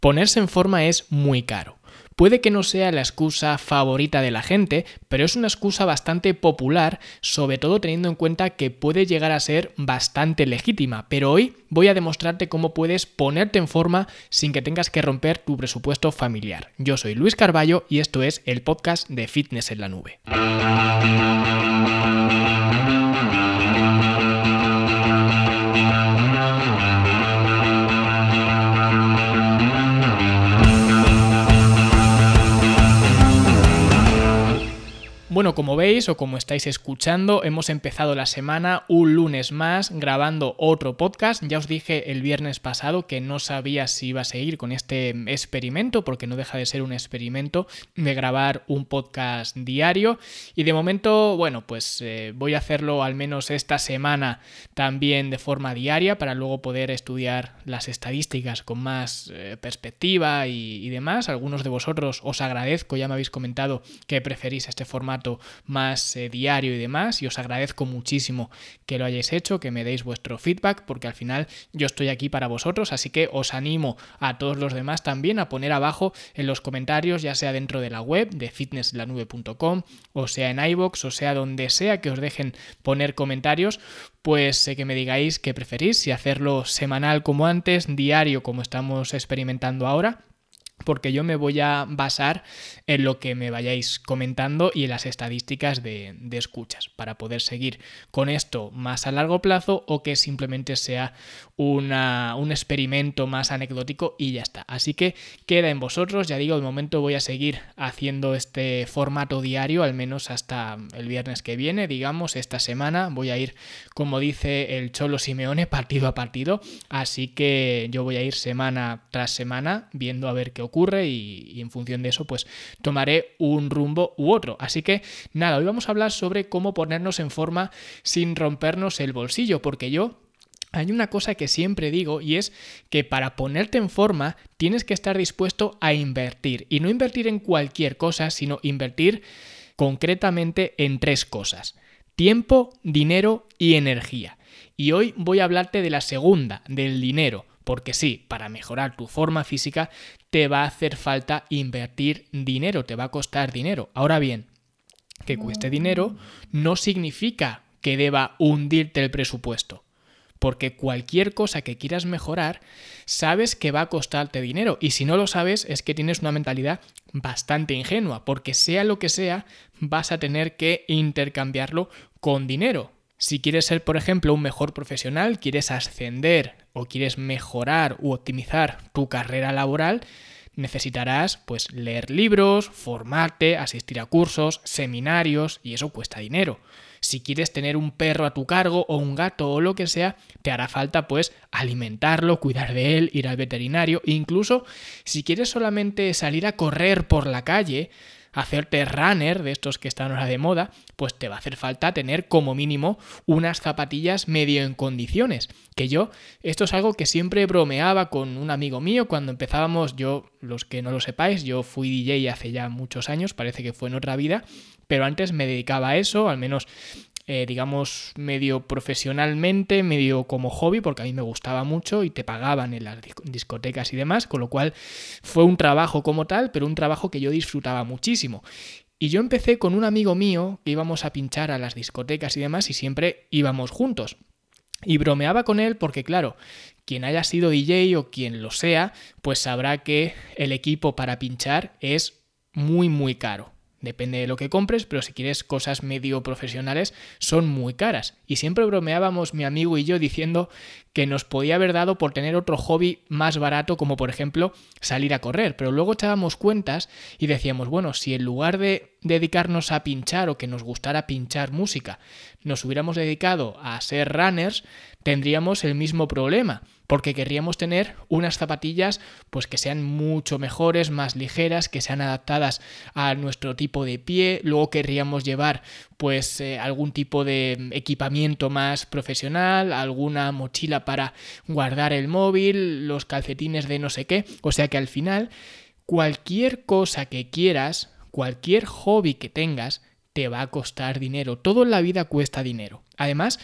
Ponerse en forma es muy caro. Puede que no sea la excusa favorita de la gente, pero es una excusa bastante popular, sobre todo teniendo en cuenta que puede llegar a ser bastante legítima. Pero hoy voy a demostrarte cómo puedes ponerte en forma sin que tengas que romper tu presupuesto familiar. Yo soy Luis Carballo y esto es el podcast de Fitness en la Nube. Bueno, como veis o como estáis escuchando, hemos empezado la semana un lunes más grabando otro podcast. Ya os dije el viernes pasado que no sabía si iba a seguir con este experimento, porque no deja de ser un experimento de grabar un podcast diario. Y de momento, bueno, pues voy a hacerlo al menos esta semana también de forma diaria para luego poder estudiar las estadísticas con más perspectiva y demás. Algunos de vosotros os agradezco, ya me habéis comentado que preferís este formato más diario y demás, y os agradezco muchísimo que lo hayáis hecho, que me deis vuestro feedback, porque al final yo estoy aquí para vosotros, así que os animo a todos los demás también a poner abajo en los comentarios, ya sea dentro de la web de fitnesslanube.com, o sea en iVoox, o sea donde sea que os dejen poner comentarios, pues que me digáis qué preferís, si hacerlo semanal como antes, diario como estamos experimentando ahora, porque yo me voy a basar en lo que me vayáis comentando y en las estadísticas de escuchas para poder seguir con esto más a largo plazo o que simplemente sea un experimento más anecdótico y ya está. Así que queda en vosotros, ya digo, de momento voy a seguir haciendo este formato diario, al menos hasta el viernes que viene, digamos, esta semana. Voy a ir, como dice el Cholo Simeone, partido a partido, así que yo voy a ir semana tras semana viendo a ver qué ocurre y en función de eso pues tomaré un rumbo u otro. Así que nada, hoy vamos a hablar sobre cómo ponernos en forma sin rompernos el bolsillo, porque hay una cosa que siempre digo y es que para ponerte en forma tienes que estar dispuesto a invertir, y no invertir en cualquier cosa, sino invertir concretamente en 3 cosas: tiempo, dinero y energía. Y hoy voy a hablarte de la segunda, del dinero. Porque sí, para mejorar tu forma física te va a hacer falta invertir dinero, te va a costar dinero. Ahora bien, que cueste dinero no significa que deba hundirte el presupuesto. Porque cualquier cosa que quieras mejorar, sabes que va a costarte dinero. Y si no lo sabes, es que tienes una mentalidad bastante ingenua. Porque sea lo que sea, vas a tener que intercambiarlo con dinero. Si quieres ser, por ejemplo, un mejor profesional, quieres ascender o quieres mejorar u optimizar tu carrera laboral, necesitarás pues leer libros, formarte, asistir a cursos, seminarios, y eso cuesta dinero. Si quieres tener un perro a tu cargo o un gato o lo que sea, te hará falta pues alimentarlo, cuidar de él, ir al veterinario. E incluso si quieres solamente salir a correr por la calle, hacerte runner, de estos que están ahora de moda, pues te va a hacer falta tener como mínimo unas zapatillas medio en condiciones. Que esto es algo que siempre bromeaba con un amigo mío cuando empezábamos. Los que no lo sepáis, yo fui DJ hace ya muchos años, parece que fue en otra vida, pero antes me dedicaba a eso, al menos digamos medio profesionalmente, medio como hobby, porque a mí me gustaba mucho y te pagaban en las discotecas y demás, con lo cual fue un trabajo como tal, pero un trabajo que yo disfrutaba muchísimo. Y yo empecé con un amigo mío que íbamos a pinchar a las discotecas y demás y siempre íbamos juntos. Y bromeaba con él porque, claro, quien haya sido DJ o quien lo sea, pues sabrá que el equipo para pinchar es muy, muy caro. Depende de lo que compres, pero si quieres cosas medio profesionales son muy caras. Y siempre bromeábamos mi amigo y yo diciendo que nos podía haber dado por tener otro hobby más barato, como por ejemplo salir a correr. Pero luego echábamos cuentas y decíamos, bueno, si en lugar de dedicarnos a pinchar o que nos gustara pinchar música, nos hubiéramos dedicado a ser runners, tendríamos el mismo problema, porque querríamos tener unas zapatillas pues que sean mucho mejores, más ligeras, que sean adaptadas a nuestro tipo de pie. Luego querríamos llevar pues algún tipo de equipamiento más profesional, alguna mochila para guardar el móvil, los calcetines de no sé qué. O sea que al final cualquier cosa que quieras, cualquier hobby que tengas, te va a costar dinero. Todo en la vida cuesta dinero. Además,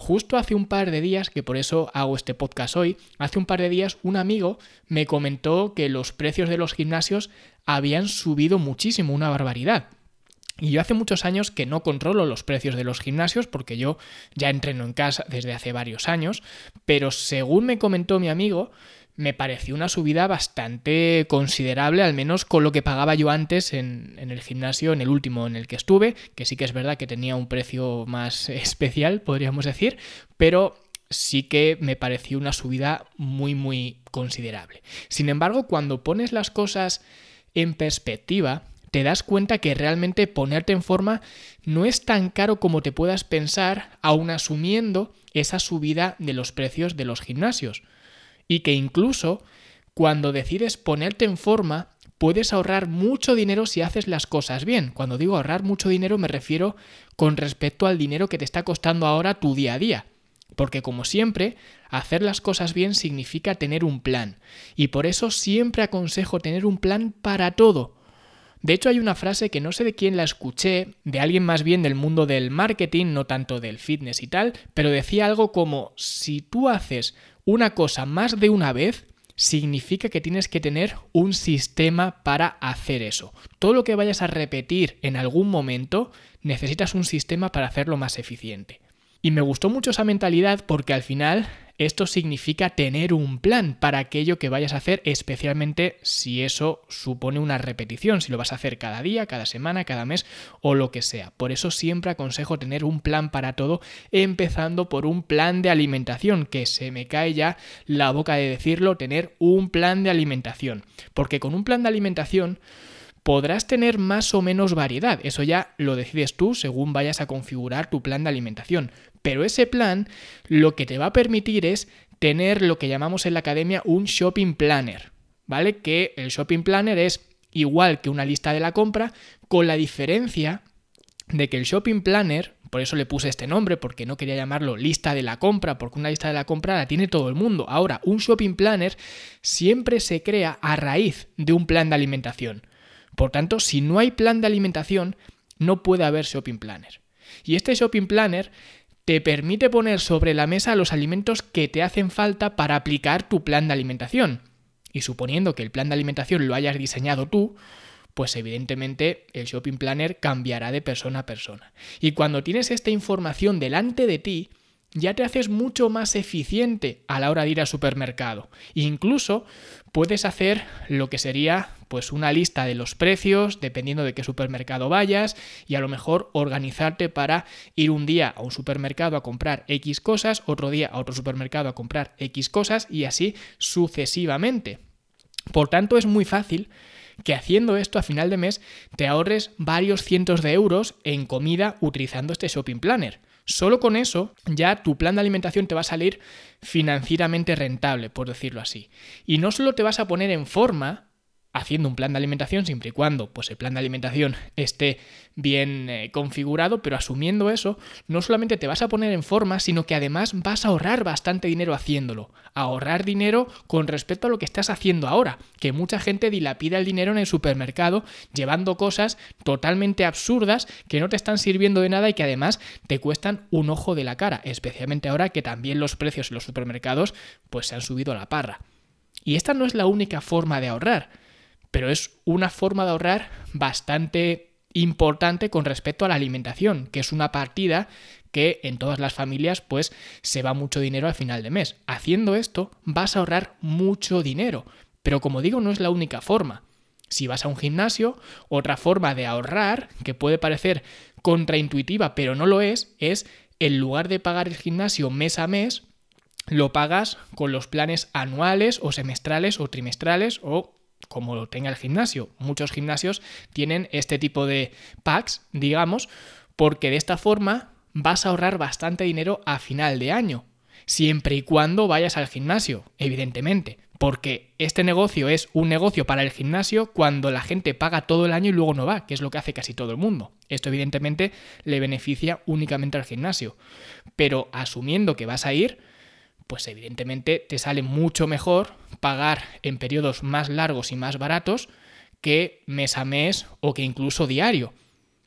justo hace un par de días, que por eso hago este podcast hoy, hace un par de días un amigo me comentó que los precios de los gimnasios habían subido muchísimo, una barbaridad. Y yo hace muchos años que no controlo los precios de los gimnasios porque yo ya entreno en casa desde hace varios años, pero según me comentó mi amigo, me pareció una subida bastante considerable, al menos con lo que pagaba yo antes en el gimnasio, en el último en el que estuve, que sí que es verdad que tenía un precio más especial, podríamos decir, pero sí que me pareció una subida muy, muy considerable. Sin embargo, cuando pones las cosas en perspectiva, te das cuenta que realmente ponerte en forma no es tan caro como te puedas pensar, aun asumiendo esa subida de los precios de los gimnasios. Y que incluso cuando decides ponerte en forma, puedes ahorrar mucho dinero si haces las cosas bien. Cuando digo ahorrar mucho dinero me refiero con respecto al dinero que te está costando ahora tu día a día. Porque como siempre, hacer las cosas bien significa tener un plan. Y por eso siempre aconsejo tener un plan para todo. De hecho, hay una frase que no sé de quién la escuché, de alguien más bien del mundo del marketing, no tanto del fitness y tal, pero decía algo como: si tú haces una cosa más de una vez, significa que tienes que tener un sistema para hacer eso. Todo lo que vayas a repetir en algún momento, necesitas un sistema para hacerlo más eficiente. Y me gustó mucho esa mentalidad porque al final esto significa tener un plan para aquello que vayas a hacer, especialmente si eso supone una repetición, si lo vas a hacer cada día, cada semana, cada mes o lo que sea. Por eso siempre aconsejo tener un plan para todo, empezando por un plan de alimentación, que se me cae ya la boca de decirlo, tener un plan de alimentación. Porque con un plan de alimentación podrás tener más o menos variedad, eso ya lo decides tú según vayas a configurar tu plan de alimentación, pero ese plan lo que te va a permitir es tener lo que llamamos en la academia un shopping planner, ¿vale? Que el shopping planner es igual que una lista de la compra, con la diferencia de que el shopping planner, por eso le puse este nombre, porque no quería llamarlo lista de la compra, porque una lista de la compra la tiene todo el mundo. Ahora, un shopping planner siempre se crea a raíz de un plan de alimentación. Por tanto, si no hay plan de alimentación, no puede haber shopping planner. Y este shopping planner te permite poner sobre la mesa los alimentos que te hacen falta para aplicar tu plan de alimentación. Y suponiendo que el plan de alimentación lo hayas diseñado tú, pues evidentemente el shopping planner cambiará de persona a persona. Y cuando tienes esta información delante de ti, ya te haces mucho más eficiente a la hora de ir al supermercado. Incluso puedes hacer lo que sería pues una lista de los precios, dependiendo de qué supermercado vayas, y a lo mejor organizarte para ir un día a un supermercado a comprar X cosas, otro día a otro supermercado a comprar X cosas, y así sucesivamente. Por tanto, es muy fácil que haciendo esto a final de mes te ahorres varios cientos de euros en comida utilizando este shopping planner. Solo con eso ya tu plan de alimentación te va a salir financieramente rentable, por decirlo así. Y no solo te vas a poner en forma haciendo un plan de alimentación, siempre y cuando pues el plan de alimentación esté bien configurado, pero asumiendo eso, no solamente te vas a poner en forma, sino que además vas a ahorrar bastante dinero haciéndolo. Ahorrar dinero con respecto a lo que estás haciendo ahora, que mucha gente dilapida el dinero en el supermercado llevando cosas totalmente absurdas que no te están sirviendo de nada y que además te cuestan un ojo de la cara, especialmente ahora que también los precios en los supermercados pues se han subido a la parra. Y esta no es la única forma de ahorrar, pero es una forma de ahorrar bastante importante con respecto a la alimentación, que es una partida que en todas las familias pues se va mucho dinero al final de mes. Haciendo esto vas a ahorrar mucho dinero, pero como digo, no es la única forma. Si vas a un gimnasio, otra forma de ahorrar, que puede parecer contraintuitiva pero no lo es en lugar de pagar el gimnasio mes a mes, lo pagas con los planes anuales o semestrales o trimestrales o como lo tenga el gimnasio. Muchos gimnasios tienen este tipo de packs, digamos, porque de esta forma vas a ahorrar bastante dinero a final de año, siempre y cuando vayas al gimnasio, evidentemente, porque este negocio es un negocio para el gimnasio cuando la gente paga todo el año y luego no va, que es lo que hace casi todo el mundo. Esto evidentemente le beneficia únicamente al gimnasio, pero asumiendo que vas a ir, pues evidentemente te sale mucho mejor pagar en periodos más largos y más baratos que mes a mes o que incluso diario.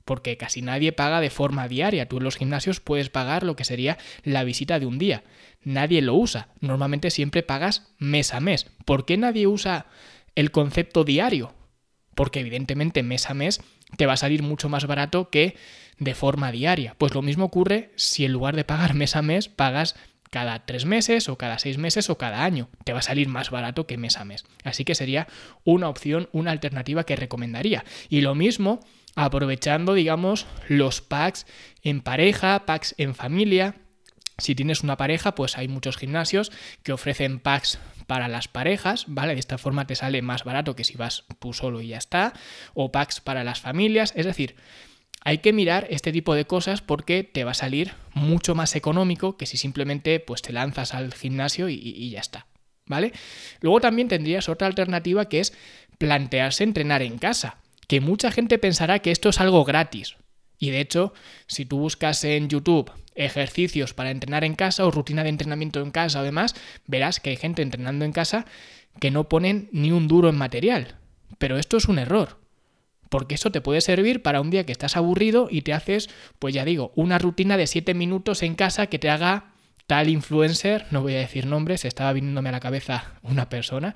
porque casi nadie paga de forma diaria. Tú en los gimnasios puedes pagar lo que sería la visita de un día. Nadie lo usa. Normalmente siempre pagas mes a mes. ¿Por qué nadie usa el concepto diario? Porque evidentemente mes a mes te va a salir mucho más barato que de forma diaria. Pues lo mismo ocurre si en lugar de pagar mes a mes pagas cada 3 meses o cada 6 meses o cada año. Te va a salir más barato que mes a mes. Así que sería una opción, una alternativa que recomendaría. Y lo mismo aprovechando, digamos, los packs en pareja, packs en familia. Si tienes una pareja, pues hay muchos gimnasios que ofrecen packs para las parejas, ¿vale? De esta forma te sale más barato que si vas tú solo y ya está. O packs para las familias. Es decir, hay que mirar este tipo de cosas porque te va a salir mucho más económico que si simplemente pues te lanzas al gimnasio y ya está, ¿vale? Luego también tendrías otra alternativa que es plantearse entrenar en casa, que mucha gente pensará que esto es algo gratis. Y de hecho, si tú buscas en YouTube ejercicios para entrenar en casa o rutina de entrenamiento en casa o demás, verás que hay gente entrenando en casa que no ponen ni un duro en material. Pero esto es un error. Porque eso te puede servir para un día que estás aburrido y te haces, pues ya digo, una rutina de 7 minutos en casa que te haga tal influencer, no voy a decir nombres, estaba viniéndome a la cabeza una persona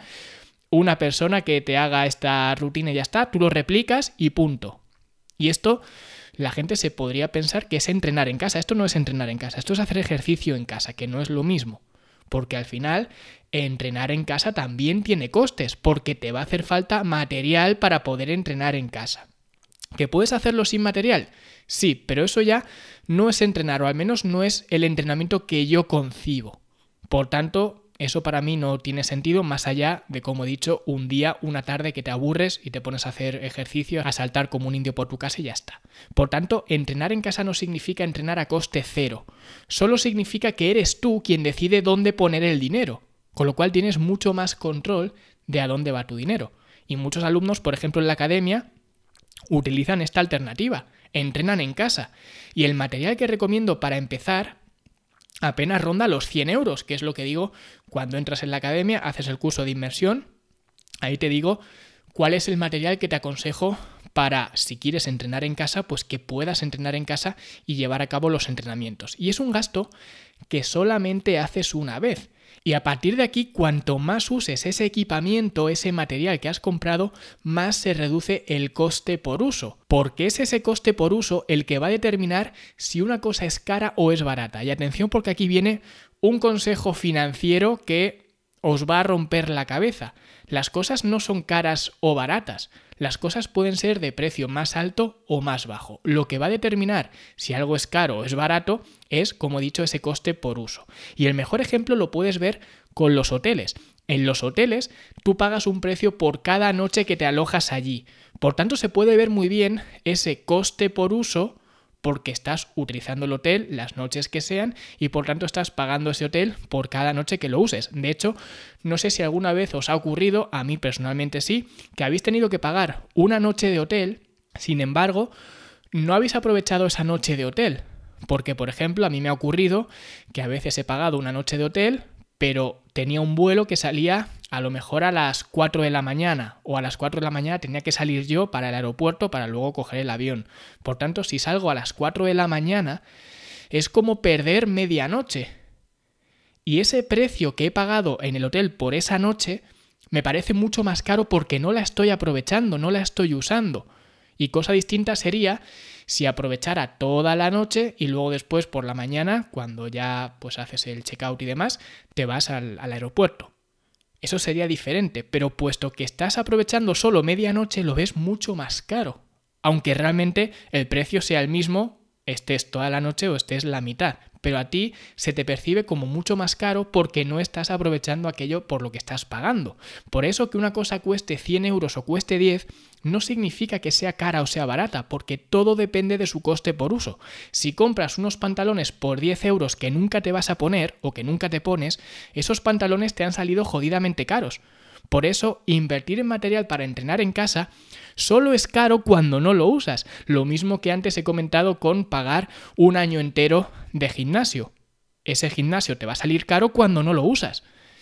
que te haga esta rutina y ya está, tú lo replicas y punto. Y esto, la gente se podría pensar que es entrenar en casa. Esto no es entrenar en casa, esto es hacer ejercicio en casa, que no es lo mismo. Porque al final entrenar en casa también tiene costes, porque te va a hacer falta material para poder entrenar en casa. ¿Que puedes hacerlo sin material? Sí, pero eso ya no es entrenar, o al menos no es el entrenamiento que yo concibo. Por tanto, eso para mí no tiene sentido más allá de, como he dicho, un día, una tarde que te aburres y te pones a hacer ejercicio, a saltar como un indio por tu casa y ya está. Por tanto, entrenar en casa no significa entrenar a coste cero. Solo significa que eres tú quien decide dónde poner el dinero, con lo cual tienes mucho más control de a dónde va tu dinero. Y muchos alumnos, por ejemplo en la academia, utilizan esta alternativa, entrenan en casa. Y el material que recomiendo para empezar apenas ronda los 100 euros, que es lo que digo cuando entras en la academia, haces el curso de inmersión. Ahí te digo cuál es el material que te aconsejo para, si quieres entrenar en casa, pues que puedas entrenar en casa y llevar a cabo los entrenamientos. Y es un gasto que solamente haces una vez. Y a partir de aquí, cuanto más uses ese equipamiento, ese material que has comprado, más se reduce el coste por uso. Porque es ese coste por uso el que va a determinar si una cosa es cara o es barata. Y atención, porque aquí viene un consejo financiero que os va a romper la cabeza. Las cosas no son caras o baratas. Las cosas pueden ser de precio más alto o más bajo. Lo que va a determinar si algo es caro o es barato es, como he dicho, ese coste por uso. Y el mejor ejemplo lo puedes ver con los hoteles. En los hoteles tú pagas un precio por cada noche que te alojas allí. Por tanto, se puede ver muy bien ese coste por uso porque estás utilizando el hotel las noches que sean y por tanto estás pagando ese hotel por cada noche que lo uses. De hecho, no sé si alguna vez os ha ocurrido, a mí personalmente sí, que habéis tenido que pagar una noche de hotel, sin embargo, no habéis aprovechado esa noche de hotel. Porque, por ejemplo, a mí me ha ocurrido que a veces he pagado una noche de hotel, pero tenía un vuelo que salía a lo mejor a las 4 de la mañana o a las 4 de la mañana tenía que salir yo para el aeropuerto para luego coger el avión. Por tanto, si salgo a las 4 de la mañana es como perder medianoche. Y ese precio que he pagado en el hotel por esa noche me parece mucho más caro porque no la estoy aprovechando, no la estoy usando. Y cosa distinta sería si aprovechara toda la noche y luego después por la mañana, cuando ya pues haces el checkout y demás, te vas al aeropuerto. Eso sería diferente, pero puesto que estás aprovechando solo medianoche, lo ves mucho más caro. Aunque realmente el precio sea el mismo, estés toda la noche o estés la mitad. Pero a ti se te percibe como mucho más caro porque no estás aprovechando aquello por lo que estás pagando. Por eso que una cosa cueste 100 euros o cueste 10 no significa que sea cara o sea barata, porque todo depende de su coste por uso. Si compras unos pantalones por 10 euros que nunca te vas a poner o que nunca te pones, esos pantalones te han salido jodidamente caros. Por eso, invertir en material para entrenar en casa solo es caro cuando no lo usas. Lo mismo que antes he comentado con pagar un año entero de gimnasio. Ese gimnasio te va a salir caro cuando no lo usas.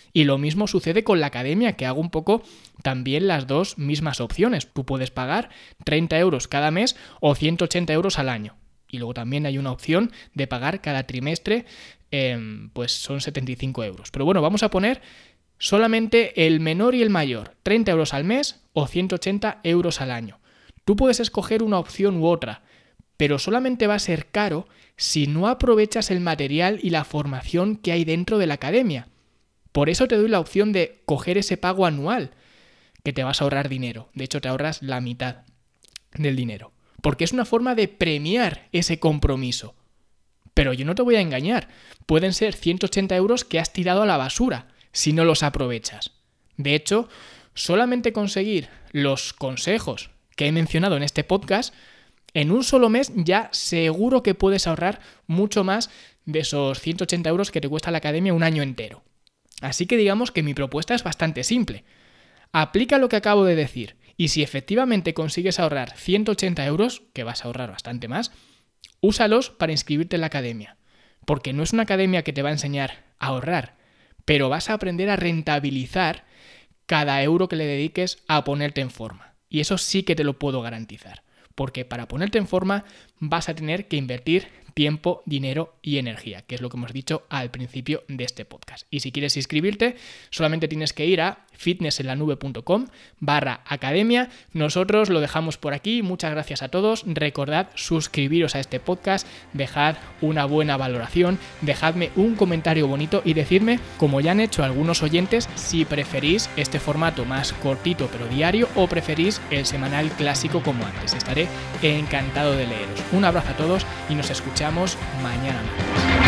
Y lo mismo sucede con la academia, que hago un poco también las dos mismas opciones. Tú puedes pagar 30 euros cada mes o 180 euros al año. Y luego también hay una opción de pagar cada trimestre, pues son 75 euros. Pero bueno, vamos a poner solamente el menor y el mayor, 30 euros al mes o 180 euros al año. Tú puedes escoger una opción u otra, pero solamente va a ser caro si no aprovechas el material y la formación que hay dentro de la academia. Por eso te doy la opción de coger ese pago anual, que te vas a ahorrar dinero. De hecho, te ahorras la mitad del dinero. Porque es una forma de premiar ese compromiso. Pero yo no te voy a engañar. Pueden ser 180 euros que has tirado a la basura si no los aprovechas. De hecho, solamente conseguir los consejos que he mencionado en este podcast, en un solo mes ya seguro que puedes ahorrar mucho más de esos 180 euros que te cuesta la academia un año entero. Así que digamos que mi propuesta es bastante simple. Aplica lo que acabo de decir y si efectivamente consigues ahorrar 180 euros, que vas a ahorrar bastante más, úsalos para inscribirte en la academia. Porque no es una academia que te va a enseñar a ahorrar, pero vas a aprender a rentabilizar cada euro que le dediques a ponerte en forma. Y eso sí que te lo puedo garantizar. Porque para ponerte en forma vas a tener que invertir tiempo, dinero y energía, que es lo que hemos dicho al principio de este podcast. Y si quieres inscribirte, solamente tienes que ir a fitnessenlanube.com/academia. Nosotros lo dejamos por aquí. Muchas gracias a todos. Recordad suscribiros a este podcast, dejad una buena valoración, dejadme un comentario bonito y decidme, como ya han hecho algunos oyentes, si preferís este formato más cortito pero diario o preferís el semanal clásico como antes. Estaré encantado de leeros. Un abrazo a todos y nos escuchamos mañana.